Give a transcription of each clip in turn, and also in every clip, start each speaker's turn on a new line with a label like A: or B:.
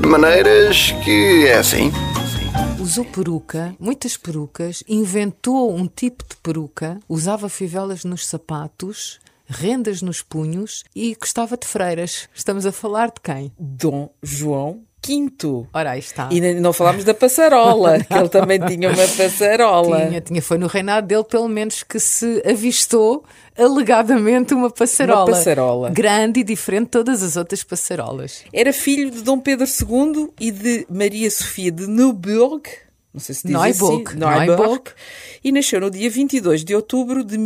A: De maneiras que é assim.
B: Usou peruca, muitas perucas, inventou um tipo de peruca, usava fivelas nos sapatos, rendas nos punhos e gostava de freiras. Estamos a falar de quem?
C: Dom João V.
B: Ora, aí está.
C: E não falámos da passarola, que ele também tinha uma passarola.
B: Tinha. Foi no reinado dele, pelo menos, que se avistou alegadamente uma passarola.
C: Uma passarola.
B: Grande e diferente de todas as outras passarolas.
C: Era filho de Dom Pedro II e de Maria Sofia de Neuburg. Não sei se diz
B: Neuburg.
C: assim. Neuburg. E nasceu no dia 22 de outubro de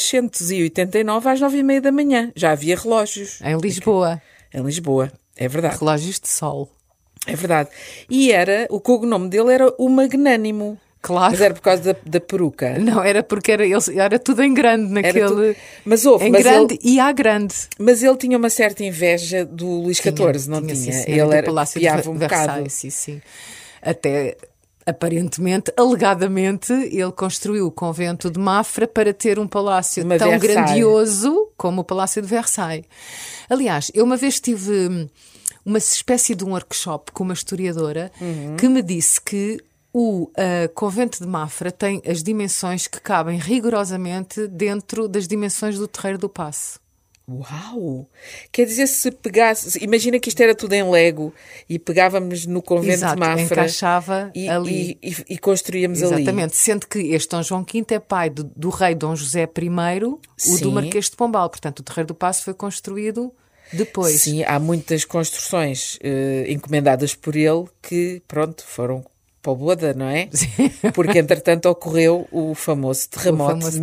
C: 1689 às 9h30 da manhã. Já havia relógios.
B: Em Lisboa.
C: Em Lisboa, é verdade.
B: Relógios de sol.
C: É verdade. E o cognome dele era o Magnânimo.
B: Claro.
C: Mas era por causa da peruca.
B: Não, era porque era tudo em grande naquele...
C: Mas houve.
B: Em grande e à grande.
C: Mas ele tinha uma certa inveja do Luís XIV, não tinha?
B: Sim,
C: Ele
B: piava
C: um bocado.
B: Sim. Até... Aparentemente, alegadamente, ele construiu o convento de Mafra para ter um palácio tão grandioso como o Palácio de Versailles. Aliás, eu uma vez tive uma espécie de um workshop com uma historiadora que me disse que o convento de Mafra tem as dimensões que cabem rigorosamente dentro das dimensões do Terreiro do Paço.
C: Uau! Quer dizer, se pegasse... Imagina que isto era tudo em Lego e pegávamos no convento de Mafra...
B: encaixava ali.
C: E construíamos ali.
B: Exatamente. Sendo que este Dom João V é pai do rei Dom José I, o do Marquês de Pombal. Portanto, o Terreiro do Paço foi construído depois.
C: Sim, há muitas construções encomendadas por ele que, pronto, foram... para o Boda, não é?
B: Sim.
C: Porque, entretanto, ocorreu o famoso terremoto de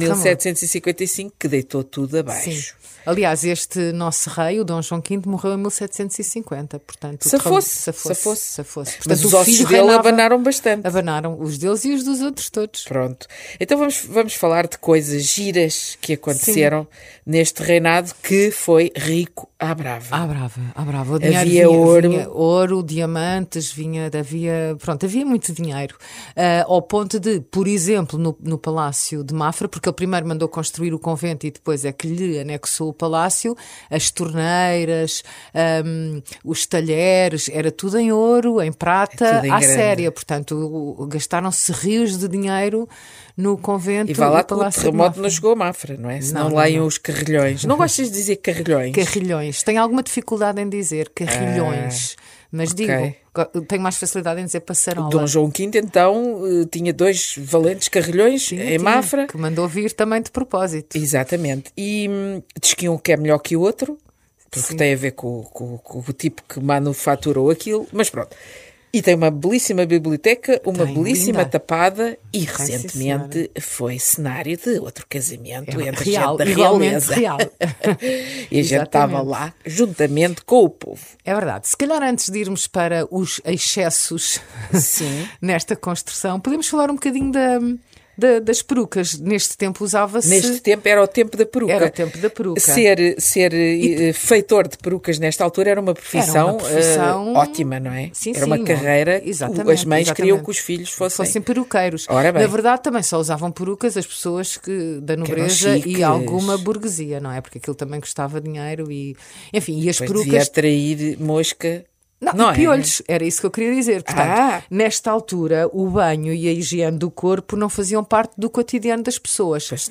C: 1755 que deitou tudo abaixo.
B: Sim. Aliás, este nosso rei, o Dom João V, morreu em 1750. Portanto,
C: se fosse.
B: Portanto,
C: mas os ossos dele abanaram bastante.
B: Abanaram os deles e os dos outros todos.
C: Pronto. Então vamos falar de coisas giras que aconteceram neste reinado que foi rico à brava.
B: À brava. O
C: dinheiro
B: vinha ouro, diamantes, havia muito dinheiro. Ao ponto de, por exemplo, no Palácio de Mafra, porque ele primeiro mandou construir o convento e depois é que lhe anexou o palácio, as torneiras, os talheres, era tudo em ouro, em prata, à séria. Portanto, gastaram-se rios de dinheiro no convento.
C: E vá lá que o terremoto não chegou a Mafra, não é? Senão lá iam os carrilhões. Não gostas de dizer carrilhões?
B: Carrilhões. Tenho alguma dificuldade em dizer carrilhões. Mas digo, tenho mais facilidade em dizer passarola.
C: Dom João V, então, tinha 2 valentes carrilhões em Mafra.
B: Que mandou vir também de propósito.
C: Exatamente. E diz que um que é melhor que o outro, porque tem a ver com o tipo que manufaturou aquilo. Mas pronto. E tem uma belíssima biblioteca, uma belíssima tapada e recentemente foi cenário de outro casamento entre gente da realeza.
B: Real.
C: E a gente estava lá juntamente com o povo.
B: É verdade. Se calhar antes de irmos para os excessos nesta construção, podemos falar um bocadinho das perucas. Neste tempo usava-se...
C: Neste tempo era o tempo da peruca.
B: Era o tempo da peruca.
C: Ser feitor de perucas nesta altura era uma profissão ótima, não é?
B: Sim,
C: era uma carreira. As mães queriam que os filhos fossem
B: peruqueiros.
C: Ora bem.
B: Na verdade, também só usavam perucas as pessoas da nobreza e alguma burguesia, não é? Porque aquilo também custava dinheiro e... Enfim, e as perucas...
C: devia atrair mosca...
B: Não, e piolhos, era isso que eu queria dizer. Portanto, nesta altura, o banho e a higiene do corpo não faziam parte do cotidiano das pessoas.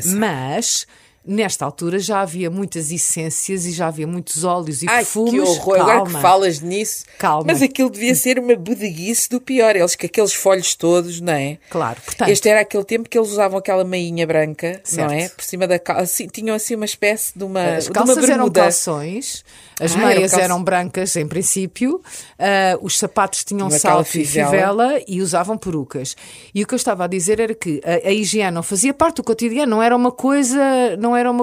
B: Mas nesta altura já havia muitas essências e já havia muitos óleos e perfumes.
C: Que horror, agora que falas nisso.
B: Calma.
C: Mas aquilo devia ser uma bodeguice do pior. Eles com aqueles folhos todos, não é?
B: Claro, portanto...
C: Este era aquele tempo que eles usavam aquela meinha branca, não é? Por cima da calça. Assim, tinham assim uma espécie de uma
B: As calças
C: de uma
B: eram calções, as meias eram brancas em princípio, os sapatos tinham salto e fivela e usavam perucas. E o que eu estava a dizer era que a higiene não fazia parte do cotidiano, não era uma coisa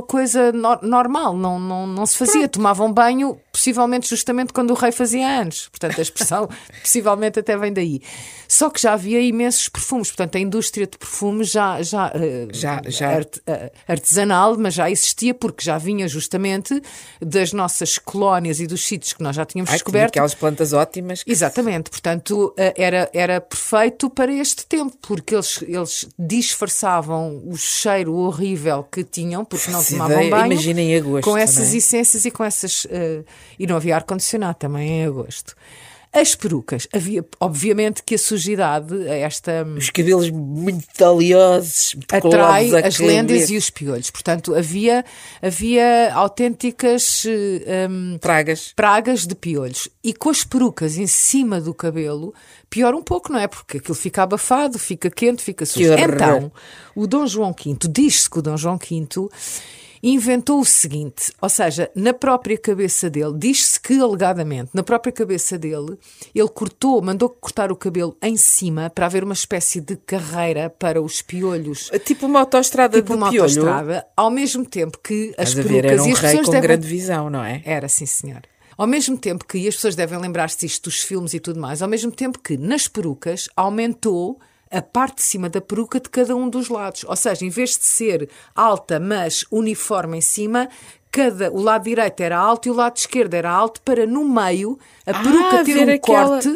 B: normal, não se fazia. Tomavam banho, possivelmente justamente quando o rei fazia anos. Portanto, a expressão possivelmente até vem daí. Só que já havia imensos perfumes. Portanto, a indústria de perfumes já artesanal, mas já existia porque já vinha justamente das nossas colónias e dos sítios que nós já tínhamos descoberto.
C: Aquelas plantas ótimas.
B: Exatamente. Portanto, era perfeito para este tempo, porque eles disfarçavam o cheiro horrível que tinham, porque não tomavam banho.
C: Imaginem em agosto.
B: Com essas essências e com essas... e não havia ar-condicionado também em agosto. As perucas. Havia, obviamente, que a sujidade,
C: os cabelos muito oleosos,
B: atrai as lendas e os piolhos. Portanto, havia autênticas pragas de piolhos. E com as perucas em cima do cabelo, pior um pouco, não é? Porque aquilo fica abafado, fica quente, fica sujo. Então, o Dom João V, diz-se que o Dom João V inventou o seguinte, ou seja, na própria cabeça dele, diz-se que alegadamente, na própria cabeça dele, ele mandou cortar o cabelo em cima para haver uma espécie de carreira para os piolhos.
C: Tipo uma autoestrada de piolho.
B: Autoestrada, ao mesmo tempo que as perucas...
C: Era um rei com grande visão, não é?
B: Era, sim, senhor. Ao mesmo tempo que, e as pessoas devem lembrar-se disto dos filmes e tudo mais, ao mesmo tempo que nas perucas aumentou a parte de cima da peruca de cada um dos lados. Ou seja, em vez de ser alta, mas uniforme em cima, o lado direito era alto e o lado esquerdo era alto, para no meio a peruca ter um corte,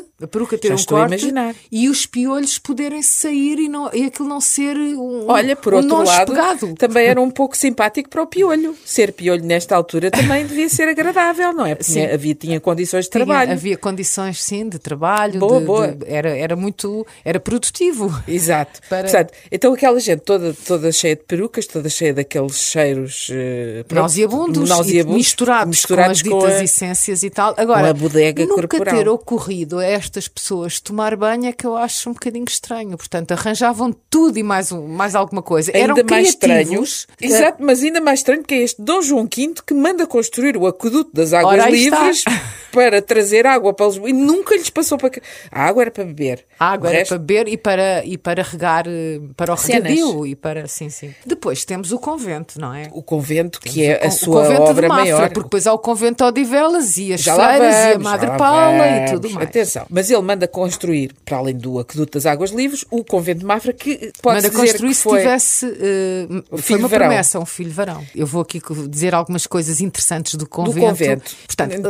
B: e os piolhos poderem sair e aquilo não ser
C: Olha, por outro lado,
B: espegado.
C: Também era um pouco simpático para o piolho. Ser piolho nesta altura também devia ser agradável, não é? Porque tinha condições de trabalho.
B: Havia condições, sim, de trabalho.
C: Boa.
B: Era produtivo.
C: Exato. Portanto, então aquela gente toda cheia de perucas, toda cheia daqueles cheiros
B: nauseabundos, misturados com as ditas essências e tal. Agora, nunca
C: corporal.
B: Ter ocorrido a estas pessoas tomar banho é que eu acho um bocadinho estranho. Portanto, arranjavam tudo e mais alguma coisa.
C: Eram criativos. Exato, mas ainda mais estranho que é este Dom João V que manda construir o aqueduto das águas livres para trazer água para Lisboa e nunca lhes passou para... A água era para beber.
B: A água era para beber e para regar, para o regadio e para... Sim. Depois temos o convento, não é?
C: O convento, que é a sua obra maior.
B: Porque depois há o convento de Odivelas e as freiras e a Madre Paula e tudo mais.
C: Atenção, mas ele manda construir, para além do aqueduto das águas livres, o convento de Mafra, que pode-se dizer que foi...
B: se tivesse... foi uma promessa, um filho varão. Eu vou aqui dizer algumas coisas interessantes do convento. Portanto,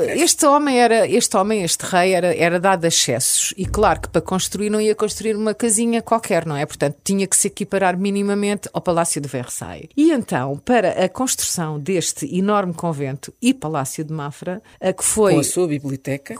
B: este rei era dado a excessos. E claro que para construir não ia construir uma casinha qualquer, não é? Portanto, tinha que se equiparar minimamente ao Palácio de Versailles. E então, para a construção deste enorme convento e Palácio de Mafra, que foi...
C: Com a sua biblioteca,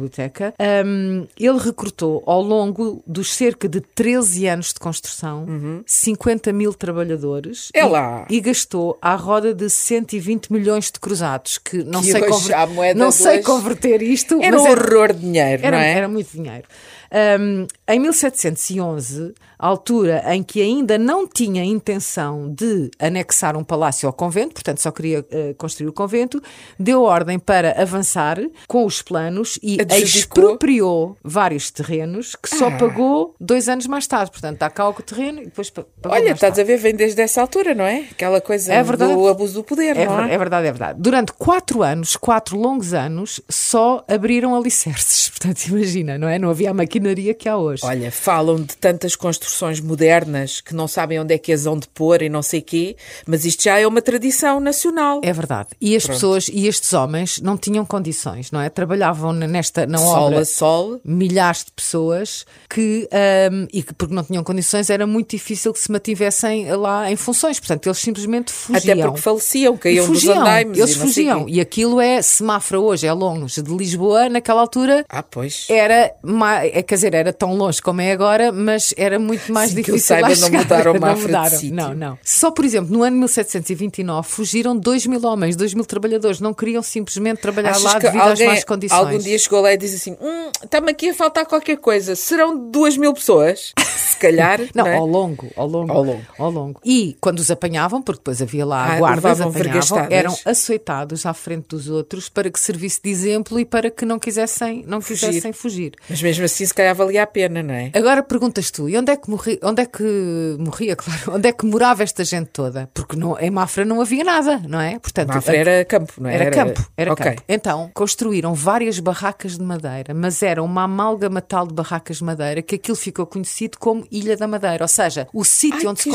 B: ele recrutou ao longo dos cerca de 13 anos de construção 50 mil trabalhadores e gastou à roda de 120 milhões de cruzados, que não sei converter isto.
C: Era um horror de dinheiro, não é?
B: Era muito dinheiro. Em 1711, a altura em que ainda não tinha intenção de anexar um palácio ao convento, portanto só queria construir o convento, deu ordem para avançar com os planos e expropriou vários terrenos que só pagou 2 anos mais tarde. Portanto, está cá o terreno e depois pagou mais tarde.
C: Estás a ver, vem desde essa altura, não é? Aquela coisa do abuso do poder, não é?
B: É verdade. Durante 4 longos anos, só abriram alicerces. Portanto, imagina, não é? Não havia a maquinaria que há hoje.
C: Olha, falam de tantas construções modernas que não sabem onde é que as vão de pôr e não sei quê, mas isto já é uma tradição nacional.
B: É verdade. E as pessoas e estes homens não tinham condições, não é? Trabalhavam na obra milhares de pessoas que porque não tinham condições era muito difícil que se mantivessem lá em funções. Portanto, eles simplamente fugiam.
C: Até porque faleciam, caíam dos andaimes.
B: Eles fugiam. E aquilo se Mafra hoje é longe de Lisboa, naquela altura
C: pois.
B: Era tão longe como é agora, mas era muito mais difícil lá chegar.
C: Não mudaram Mafra de sítio.
B: Não. Só, por exemplo, no ano 1729 fugiram 2 mil homens, 2 mil trabalhadores. Não queriam simplesmente trabalhar lá devido às más condições.
C: Algum dia chegou lá e disse assim, está-me aqui a faltar qualquer coisa. Serão 2 mil pessoas? Se calhar.
B: Não, é? Ao longo. E quando os apanhavam, porque depois havia lá guardas, eram açoitados à frente dos outros para que servisse de exemplo e para que não quisessem fugir.
C: Mas mesmo assim, se calhar valia a pena, não é?
B: Agora perguntas tu, e onde é que morria, claro, onde é que morava esta gente toda? Porque em Mafra não havia nada, não é? Portanto,
C: Mafra era campo, não é?
B: Era campo. Então, construíram várias barracas de madeira, mas era uma amálgama tal de barracas de madeira que aquilo ficou conhecido como Ilha da Madeira. madeira, ou seja, o sítio onde se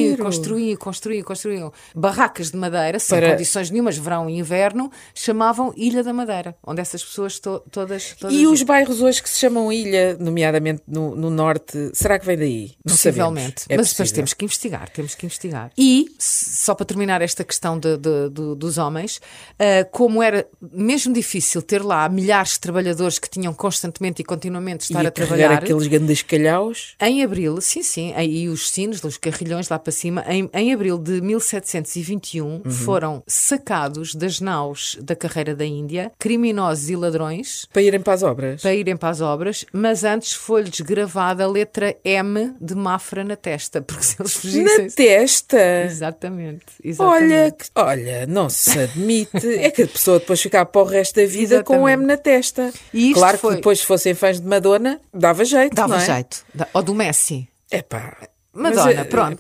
B: construíam barracas de madeira, sem condições nenhumas, verão e inverno, chamavam Ilha da Madeira, onde essas pessoas todas
C: e os bairros hoje que se chamam Ilha, nomeadamente no norte, será que vem daí? Não
B: possivelmente.
C: Sabemos.
B: Mas depois temos que investigar. E, só para terminar esta questão dos homens, como era mesmo difícil ter lá milhares de trabalhadores que tinham constantemente e continuamente estar a trabalhar.
C: Aqueles grandes calhaus.
B: Em abril, sim, e os sinos, os carrilhões lá para cima, em abril de 1721 foram sacados das naus da carreira da Índia, criminosos e ladrões.
C: Para irem para as obras.
B: Mas antes foi-lhes gravada a letra M de Mafra na testa, porque se eles fugissem...
C: Na testa?
B: Exatamente.
C: Olha, não se admite. É que a pessoa depois ficava para o resto da vida com o M na testa. Claro que depois, se fossem fãs de Madonna, dava jeito, não é?
B: Dava jeito. Ou do Messi.
C: Epá...
B: Madonna.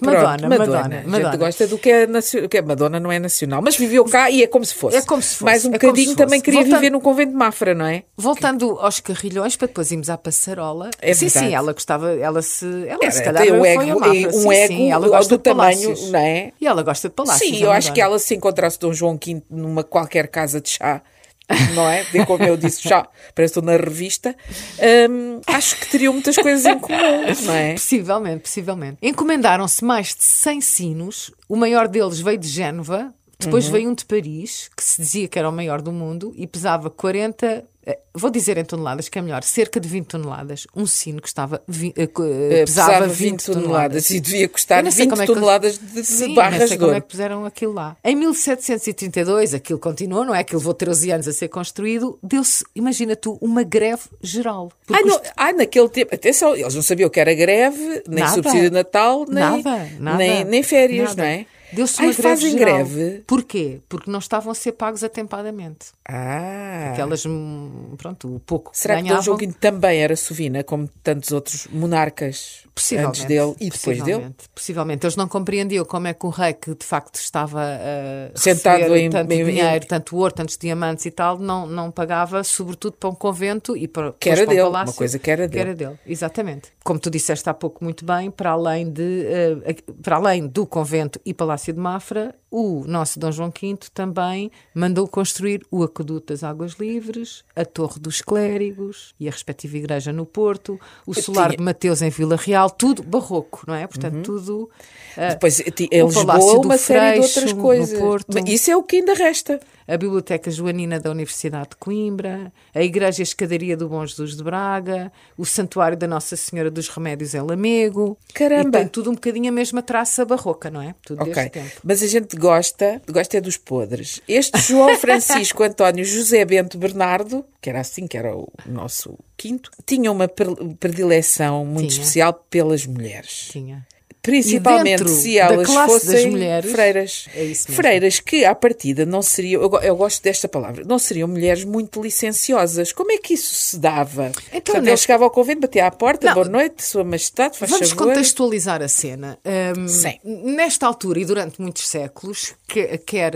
C: A gente gosta do que é nacional. Madonna não é nacional, mas viveu cá e é como se fosse. Mais um bocadinho também queria viver no convento de Mafra, não é?
B: Voltando aos carrilhões, para depois irmos à passarola. Sim, ela gostava, ela se calhar
C: tem
B: foi a Mafra.
C: Sim,
B: ela gosta
C: do tamanho, não é?
B: E ela gosta de palácios.
C: Sim, eu acho que ela se encontrasse Dom João V numa qualquer casa de chá, não é? Vê como eu disse já, parece que estou na revista. Acho que teriam muitas coisas em comum, não é?
B: Possivelmente. Encomendaram-se mais de 100 sinos, o maior deles veio de Génova, depois veio um de Paris, que se dizia que era o maior do mundo e pesava 40... Vou dizer em toneladas, que é melhor, cerca de 20 toneladas. Um sino pesava 20 toneladas.
C: E devia custar 20 toneladas de barras
B: não sei
C: de
B: como
C: ouro.
B: é que puseram aquilo lá. Em 1732, aquilo continuou, não é? Aquilo levou 13 anos a ser construído. Deu-se, imagina tu, uma greve geral.
C: Naquele tempo, atenção, eles não sabiam o que era greve, nem subsídio de Natal, nem férias, não é?
B: Deu-se uma greve geral. Greve? Porquê? Porque não estavam a ser pagos atempadamente. Aquelas, o pouco que
C: Será
B: ganhavam...
C: que Dom João V também era sovina, como tantos outros monarcas antes dele e depois dele?
B: Possivelmente. Eles não compreendiam como é que o rei, que de facto estava a
C: sentado
B: receber tanto dinheiro, tanto ouro, tantos diamantes e tal, não pagava, sobretudo para um convento e para,
C: que era
B: para
C: dele,
B: um palácio.
C: uma coisa que era dele.
B: Exatamente. Como tu disseste há pouco muito bem, para além do convento e palácio de Mafra, o nosso Dom João V também mandou construir o Aqueduto das Águas Livres, a Torre dos Clérigos e a respectiva igreja no Porto, o Solar de Mateus em Vila Real, tudo barroco, não é? Portanto, tudo...
C: Depois, em Lisboa, uma série de outras coisas. Isso é o que ainda resta.
B: A Biblioteca Joanina da Universidade de Coimbra, a Igreja Escadaria do Bom Jesus de Braga, o Santuário da Nossa Senhora dos Remédios em Lamego.
C: Caramba!
B: E tem tudo um bocadinho a mesma traça barroca, não é? Tudo deste tempo.
C: Mas a gente gosta é dos podres. Este João Francisco António José Bento Bernardo, que era o nosso quinto, tinha uma predileção muito especial pelas mulheres.
B: Tinha.
C: Principalmente se elas fossem
B: mulheres,
C: freiras.
B: É isso mesmo.
C: Freiras que, à partida, não seriam... Eu gosto desta palavra. Não seriam mulheres muito licenciosas. Como é que isso se dava? Então, ele chegava ao convento, batia à porta, boa noite, Sua Majestade, faz favor.
B: Vamos contextualizar a cena. Nesta altura e durante muitos séculos, quer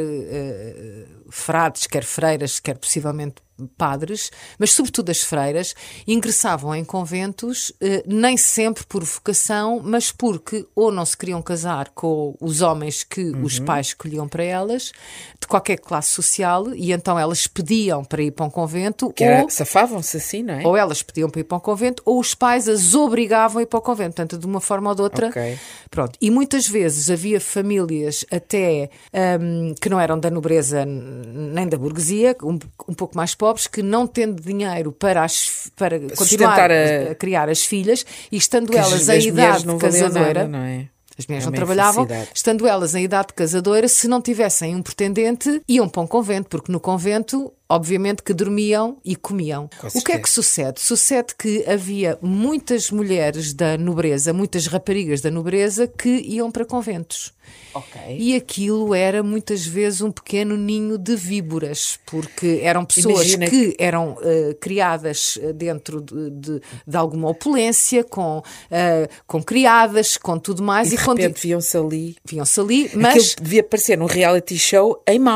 B: frades, quer freiras, quer possivelmente padres, mas sobretudo as freiras, ingressavam em conventos nem sempre por vocação, mas porque ou não se queriam casar com os homens que os pais escolhiam para elas, de qualquer classe social, e então elas pediam para ir para um convento,
C: safavam-se assim, não é?
B: Ou elas pediam para ir para um convento, ou os pais as obrigavam a ir para o convento, portanto, de uma forma ou de outra. Pronto. E muitas vezes havia famílias até que não eram da nobreza nem da burguesia, um pouco mais pobres, que não tendo dinheiro para continuar a criar as filhas, e estando elas em idade casadora,
C: não é?
B: As mulheres não trabalhavam, estando elas em idade casadora, se não tivessem um pretendente, iam para um convento, porque no convento, obviamente, que dormiam e comiam. O que é que sucede? Sucede que havia muitas mulheres da nobreza, muitas raparigas da nobreza, que iam para conventos. E aquilo era muitas vezes um pequeno ninho de víboras, porque eram pessoas que eram criadas dentro de alguma opulência, com criadas, com tudo mais.
C: E de repente viam-se ali.
B: Mas...
C: Aquilo devia parecer num reality show em mau.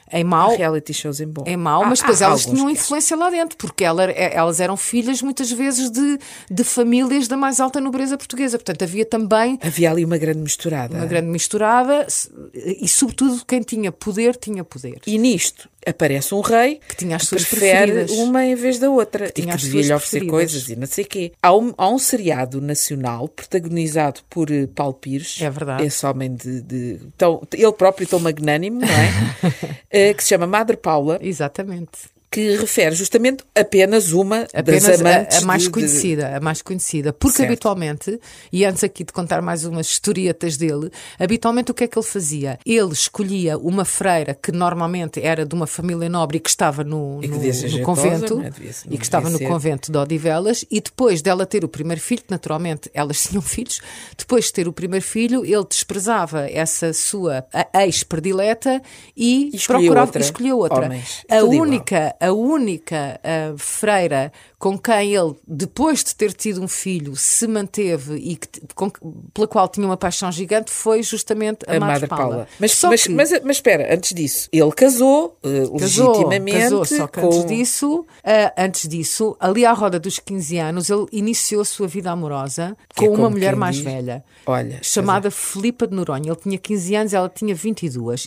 B: Em mau.
C: Reality shows em bom.
B: Em mau, mas depois elas tinham influência lá dentro, porque elas eram filhas muitas vezes de famílias da mais alta nobreza portuguesa. Portanto, havia
C: ali uma grande misturada.
B: Uma grande misturada e, sobretudo, quem tinha poder, tinha poder.
C: E nisto aparece um rei
B: que tinha as suas
C: prefere
B: preferidas.
C: Uma em vez da outra.
B: Que tinha
C: e que devia-lhe oferecer coisas e não sei o quê. Há um seriado nacional protagonizado por Paulo Pires.
B: É verdade.
C: Esse homem tão, ele próprio tão magnânimo, não é? Que se chama Madre Paula.
B: Exatamente.
C: Que refere justamente apenas uma das amantes.
B: A mais conhecida, a mais conhecida. Porque
C: certo.
B: Habitualmente, e antes aqui de contar mais umas historietas dele, habitualmente o que é que ele fazia? Ele escolhia uma freira que normalmente era de uma família nobre e que estava no convento, e que estava no convento de Odivelas, e depois dela ter o primeiro filho, que naturalmente elas tinham filhos, depois de ter o primeiro filho, ele desprezava essa sua ex-predileta e escolhia outra.
C: Homens,
B: A única freira com quem ele, depois de ter tido um filho, se manteve e pela qual tinha uma paixão gigante foi justamente a Madre Paula.
C: Mas espera, antes disso, ele casou legitimamente.
B: Só que antes disso, ali à roda dos 15 anos, ele iniciou a sua vida amorosa com uma mulher mais velha, chamada Filipa de Noronha. Ele tinha 15 anos, ela tinha 22,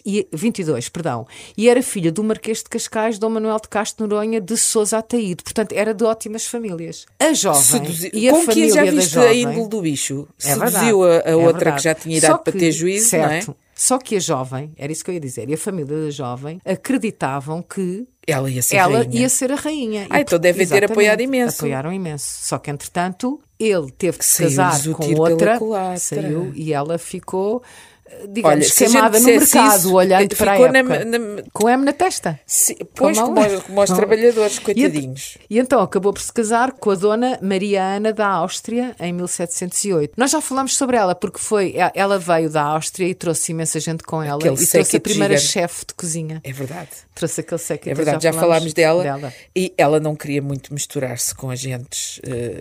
B: e era filha do Marquês de Cascais, Dom Manuel de Castro Noronha de Sousa Ataíde. Portanto, era de ótimas famílias. A jovem e a família
C: já
B: da
C: viste
B: jovem...
C: a índole do bicho? Seduziu a outra que já tinha idade para ter juízo,
B: certo,
C: não é?
B: Só que a jovem, era isso que eu ia dizer, e a família da jovem acreditavam que
C: ela ia
B: ser a rainha.
C: Então devem ter apoiado imenso.
B: Apoiaram imenso. Só que, entretanto, ele teve que se casar com outra, saiu e ela ficou... digamos, queimada no mercado, olhando para a época, com M na testa.
C: Pois, como aos trabalhadores, coitadinhos.
B: E então acabou por se casar com a dona Maria Ana da Áustria, em 1708. Nós já falámos sobre ela, porque ela veio da Áustria e trouxe imensa gente com ela. E trouxe a primeira chefe de cozinha.
C: É verdade.
B: Trouxe aquele séquito.
C: É verdade, já falámos dela. E ela não queria muito misturar-se com agentes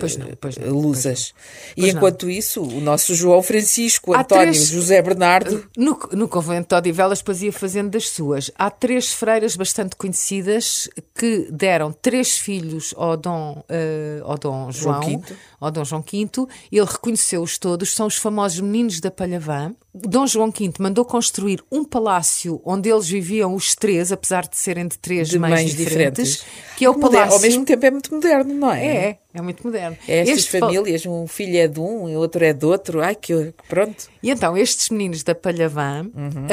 C: lusas. E enquanto isso, o nosso João Francisco, António, José Bernardo...
B: No convento de Odivelas depois ia fazendo das suas. Há 3 freiras bastante conhecidas que deram 3 filhos ao Dom João V. Ele reconheceu-os todos, são os famosos meninos da Palhavã. Dom João V mandou construir um palácio onde eles viviam os 3, apesar de serem de 3 mães diferentes, que é o palácio...
C: Ao mesmo tempo é muito moderno, não é?
B: É muito moderno.
C: Estas famílias, um filho é de um e outro é de outro. Pronto.
B: E então, estes meninos da Palhavã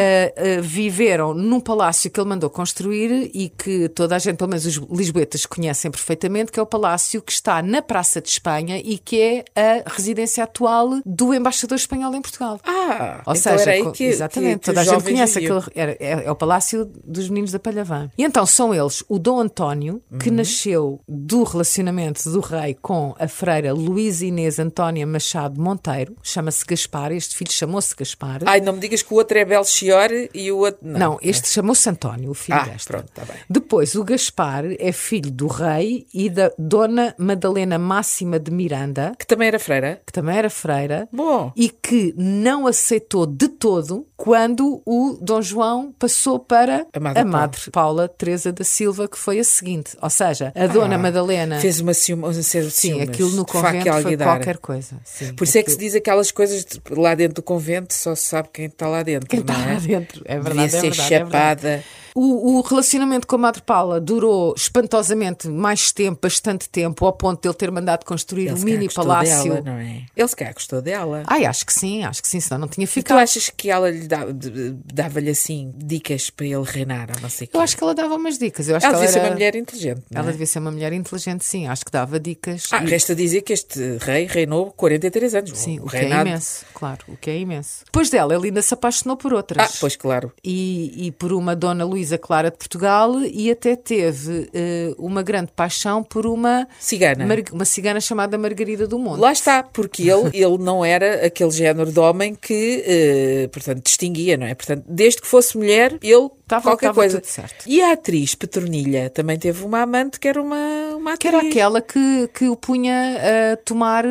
B: viveram num palácio que ele mandou construir e que toda a gente, pelo menos os lisboetas, conhecem perfeitamente, que é o palácio que está na Praça de Espanha e que é a residência atual do embaixador espanhol em Portugal.
C: Ou então seja, era aí
B: exatamente, toda a gente conhece aquele, é o palácio dos meninos da Palhavã. E então são eles o Dom António, que nasceu do relacionamento do rei com a freira Luísa Inês Antónia Machado Monteiro, chama-se Gaspar, este filho chamou-se Gaspar.
C: Não me digas que o outro é Belchior e o outro...
B: Não, este chamou-se António, o filho desta.
C: Pronto, está bem.
B: Depois, o Gaspar é filho do rei e da Dona Madalena Máxima de Miranda.
C: Que também era freira.
B: Bom. E que não aceitou de todo quando o Dom João passou para a Madre Paula Teresa da Silva, que foi a seguinte. Ou seja, a Dona Madalena...
C: Fez uma
B: Sim, aquilo no convento foi qualquer coisa. Sim,
C: por isso é que se diz aquelas coisas lá dentro do convento, só se sabe quem está lá dentro.
B: Quem está lá dentro, é verdade.
C: Devia ser chapada.
B: O relacionamento com a Madre Paula durou espantosamente mais tempo, bastante tempo, ao ponto de ele ter mandado construir um mini palácio.
C: Dela, não é? Ele se calhar gostou dela.
B: Acho que sim, senão não tinha ficado.
C: E tu achas que ela lhe dava-lhe assim dicas para ele reinar, ou não sei o quê?
B: Eu acho que ela dava umas dicas.
C: Ela devia ser uma mulher inteligente, não é?
B: Ela devia ser uma mulher inteligente, sim. Acho que dava dicas.
C: Resta dizer que este rei reinou 43 anos.
B: Sim, o que é imenso, claro, o que é imenso. Depois dela, ele ainda se apaixonou por outras.
C: Pois claro.
B: E por uma Dona Luísa Clara de Portugal e até teve uma grande paixão por uma cigana chamada Margarida do Monte.
C: Lá está, porque ele não era aquele género de homem que, portanto, distinguia, não é? Portanto, desde que fosse mulher, ele qualquer coisa.
B: Tudo certo.
C: E a atriz Petronilha também teve uma amante que era uma atriz.
B: Que era aquela que o punha a tomar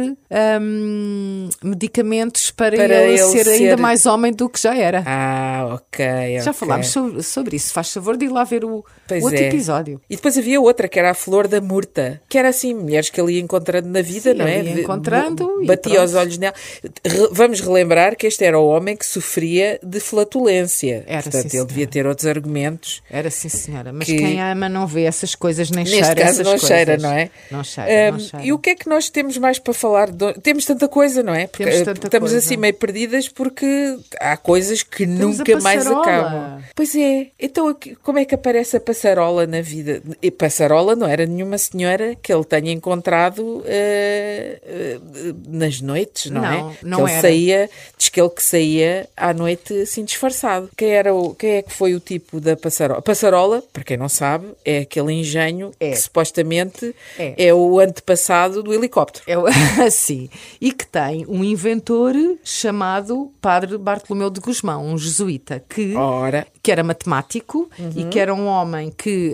B: medicamentos para ele ser ainda mais homem do que já era.
C: Ok.
B: Já falámos sobre isso. faz favor de ir lá ver o outro episódio.
C: E depois havia outra, que era a Flor da Murta, que era assim, mulheres que ele ia encontrando na vida, não é?
B: Ia encontrando
C: batia os olhos nela. Vamos relembrar que este era o homem que sofria de flatulência. Portanto, ele devia ter outros argumentos.
B: Era sim, senhora. Mas quem ama não vê essas coisas, nem
C: cheira
B: essas coisas.
C: Neste caso não cheira, não é?
B: Não cheira, não cheira.
C: E o que é que nós temos mais para falar? Temos tanta coisa, não é? Porque estamos assim meio perdidas porque há coisas que nunca mais acabam. Pois é. Então, como é que aparece a Passarola na vida? E Passarola não era nenhuma senhora que ele tenha encontrado nas noites, não é?
B: Não
C: ele saía, diz que ele que saía à noite assim disfarçado. Quem é que foi o tipo da Passarola? A Passarola, para quem não sabe, é aquele engenho que supostamente é o antepassado do helicóptero.
B: Sim. E que tem um inventor chamado Padre Bartolomeu de Gusmão, um jesuíta, que era matemático e que era um homem que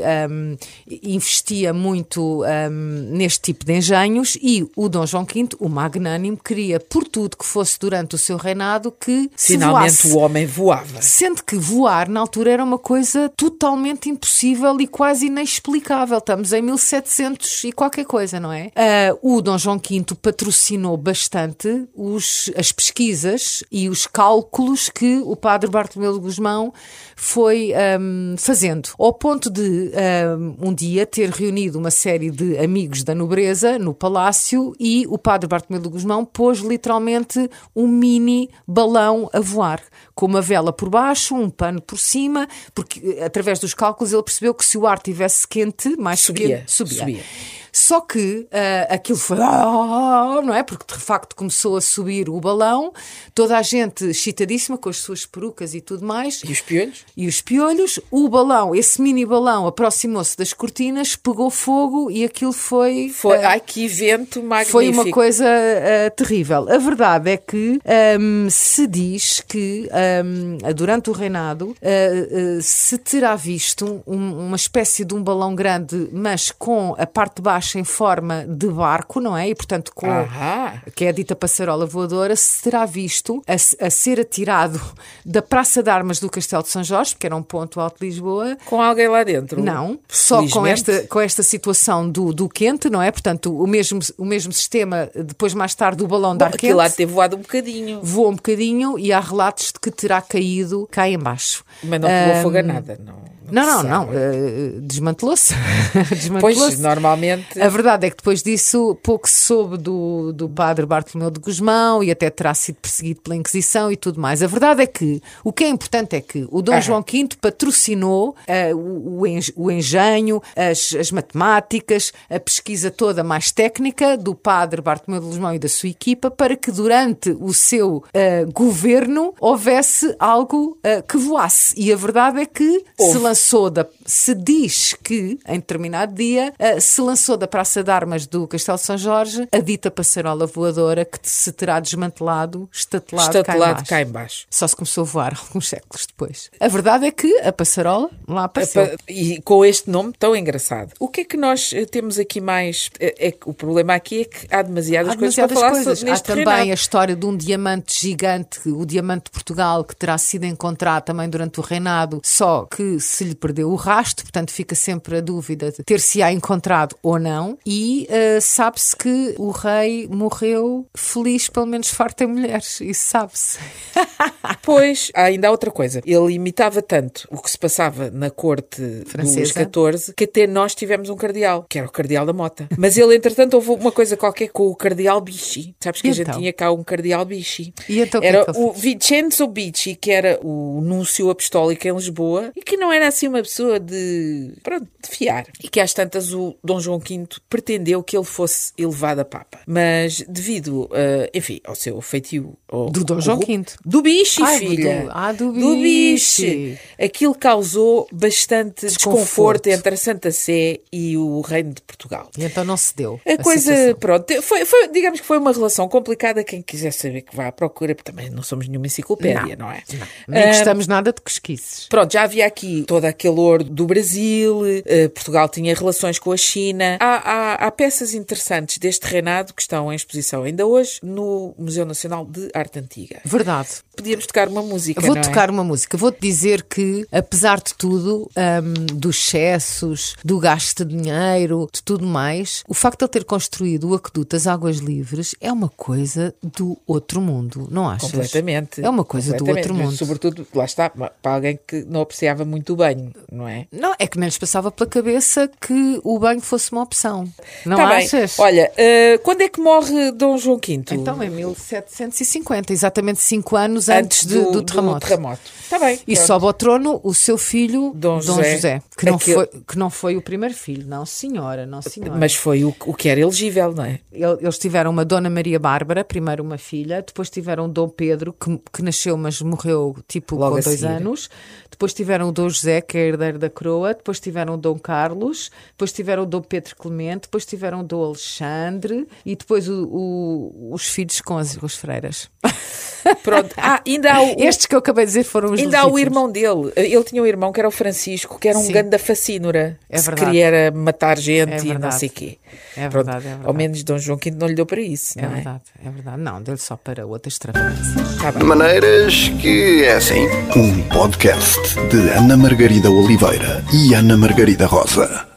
B: investia muito neste tipo de engenhos, e o Dom João V, o magnânimo, queria por tudo que fosse durante o seu reinado que
C: finalmente
B: se voasse.
C: O homem voava.
B: Sendo que voar na altura era uma coisa totalmente impossível e quase inexplicável. Estamos em 1700 e qualquer coisa, não é? O Dom João V patrocinou bastante as pesquisas e os cálculos que o padre Bartolomeu de Gusmão foi fazendo, ao ponto de um dia ter reunido uma série de amigos da nobreza no palácio, e o padre Bartolomeu de Gusmão pôs literalmente um mini balão a voar, com uma vela por baixo, um pano por cima, porque através dos cálculos ele percebeu que se o ar estivesse quente, mais subia. Só que aquilo foi... não é? Porque de facto começou a subir o balão, toda a gente excitadíssima com as suas perucas e tudo mais.
C: E os piolhos?
B: E os piolhos. O balão, esse mini balão, aproximou-se das cortinas, pegou fogo e aquilo foi...
C: Ai, que evento magnífico!
B: Foi uma coisa terrível. A verdade é que se diz que durante o reinado se terá visto uma espécie de um balão grande, mas com a parte de baixo em forma de barco, não é? E, portanto, que é a dita passarola voadora, se terá visto a ser atirado da Praça de Armas do Castelo de São Jorge, porque era um ponto alto de Lisboa.
C: Com alguém lá dentro?
B: Não, só com esta situação do quente, não é? Portanto, o mesmo sistema, depois mais tarde o balão de ar quente.
C: Aquilo lá ter voado um bocadinho.
B: Voou um bocadinho e há relatos de que terá caído cá em baixo.
C: Mas não pegou fogo a nada, não.
B: Não. Desmantelou-se.
C: Pois, normalmente...
B: A verdade é que depois disso pouco se soube do padre Bartolomeu de Gusmão, e até terá sido perseguido pela Inquisição e tudo mais. A verdade é que o que é importante é que o Dom João V patrocinou o engenho, as matemáticas, a pesquisa toda mais técnica do padre Bartolomeu de Gusmão e da sua equipa, para que durante o seu governo houvesse algo que voasse. E a verdade é que se diz que, em determinado dia, se lançou da Praça de Armas do Castelo de São Jorge a dita passarola voadora, que se terá desmantelado, estatelado cá em baixo. Só se começou a voar alguns séculos depois. A verdade é que a passarola lá apareceu.
C: E com este nome tão engraçado. O que é que nós temos aqui mais? O problema aqui é que há demasiadas coisas para falar neste
B: Há também a história de um diamante gigante, o diamante de Portugal, que terá sido encontrado também durante o reinado, só que se lhe perdeu o rastro, portanto fica sempre a dúvida de ter-se-á encontrado ou não, e sabe-se que o rei morreu feliz, pelo menos farto em mulheres, isso sabe-se.
C: Pois, ainda há outra coisa, ele imitava tanto o que se passava na corte francesa dos XIV, que até nós tivemos um cardeal, que era o cardeal da Mota. Mas ele, entretanto, houve uma coisa qualquer com o cardeal Bicci. Sabes que a gente tinha cá um cardeal Bicci.
B: E então,
C: era o Vincenzo Bicci, que era o núncio apostólico em Lisboa, e que não era assim uma pessoa de fiar. E que às tantas o Dom João V pretendeu que ele fosse elevado a Papa. Mas devido, enfim, ao seu feitio...
B: Do Dom João V.
C: Do Bicci, filha.
B: Do Bicci.
C: Aquilo causou bastante desconforto entre a Santa Sé e o Reino de Portugal.
B: E então não se deu.
C: A coisa, situação. Pronto, digamos que foi uma relação complicada. Quem quiser saber que vá à procura, porque também não somos nenhuma enciclopédia, não é?
B: Não. Nem gostamos nada de cosquices.
C: Pronto, já havia aqui todo aquele ouro do Brasil, Portugal tinha relações com a China. Há peças interessantes deste reinado que estão em exposição ainda hoje no Museu Nacional de Arte Antiga.
B: Verdade.
C: Podíamos deves tocar uma música,
B: Vou tocar uma música. Vou-te dizer que, apesar de tudo, dos excessos, do gasto de dinheiro, de tudo mais, o facto de ele ter construído o aqueduto das Águas Livres é uma coisa do outro mundo, não achas?
C: Completamente.
B: É uma coisa do outro mundo.
C: Sobretudo, lá está, para alguém que não apreciava muito o banho, não é?
B: Não, é que menos passava pela cabeça que o banho fosse uma opção. Não
C: tá
B: achas?
C: Bem. Olha, quando é que morre Dom João V?
B: Então, em 1750, exatamente 5 anos antes do terremoto.
C: Está bem.
B: E sobe ao trono o seu filho, Dom José que não foi o primeiro filho, não senhora.
C: Mas foi o que era elegível, não é?
B: Eles tiveram uma Dona Maria Bárbara, primeiro uma filha, depois tiveram Dom Pedro, que nasceu, mas morreu tipo logo com 2 anos. Depois tiveram o Dom José, que é herdeiro da coroa. Depois tiveram o Dom Carlos. Depois tiveram o Dom Pedro Clemente. Depois tiveram o Dom Alexandre. E depois os filhos com as freiras.
C: Pronto. Ainda há
B: estes que eu acabei de dizer foram os
C: ainda legítimos. Há o irmão dele. Ele tinha um irmão que era o Francisco, que era um ganda facínora.
B: É verdade.
C: Que queria matar gente e não sei o quê.
B: É verdade, é verdade.
C: Ao menos Dom João V não lhe deu para isso, não é?
B: É verdade. Não, deu-lhe só para outras extravagâncias.
A: De maneiras que é assim.
D: Um podcast de Ana Margarida Oliveira e Ana Margarida Rosa.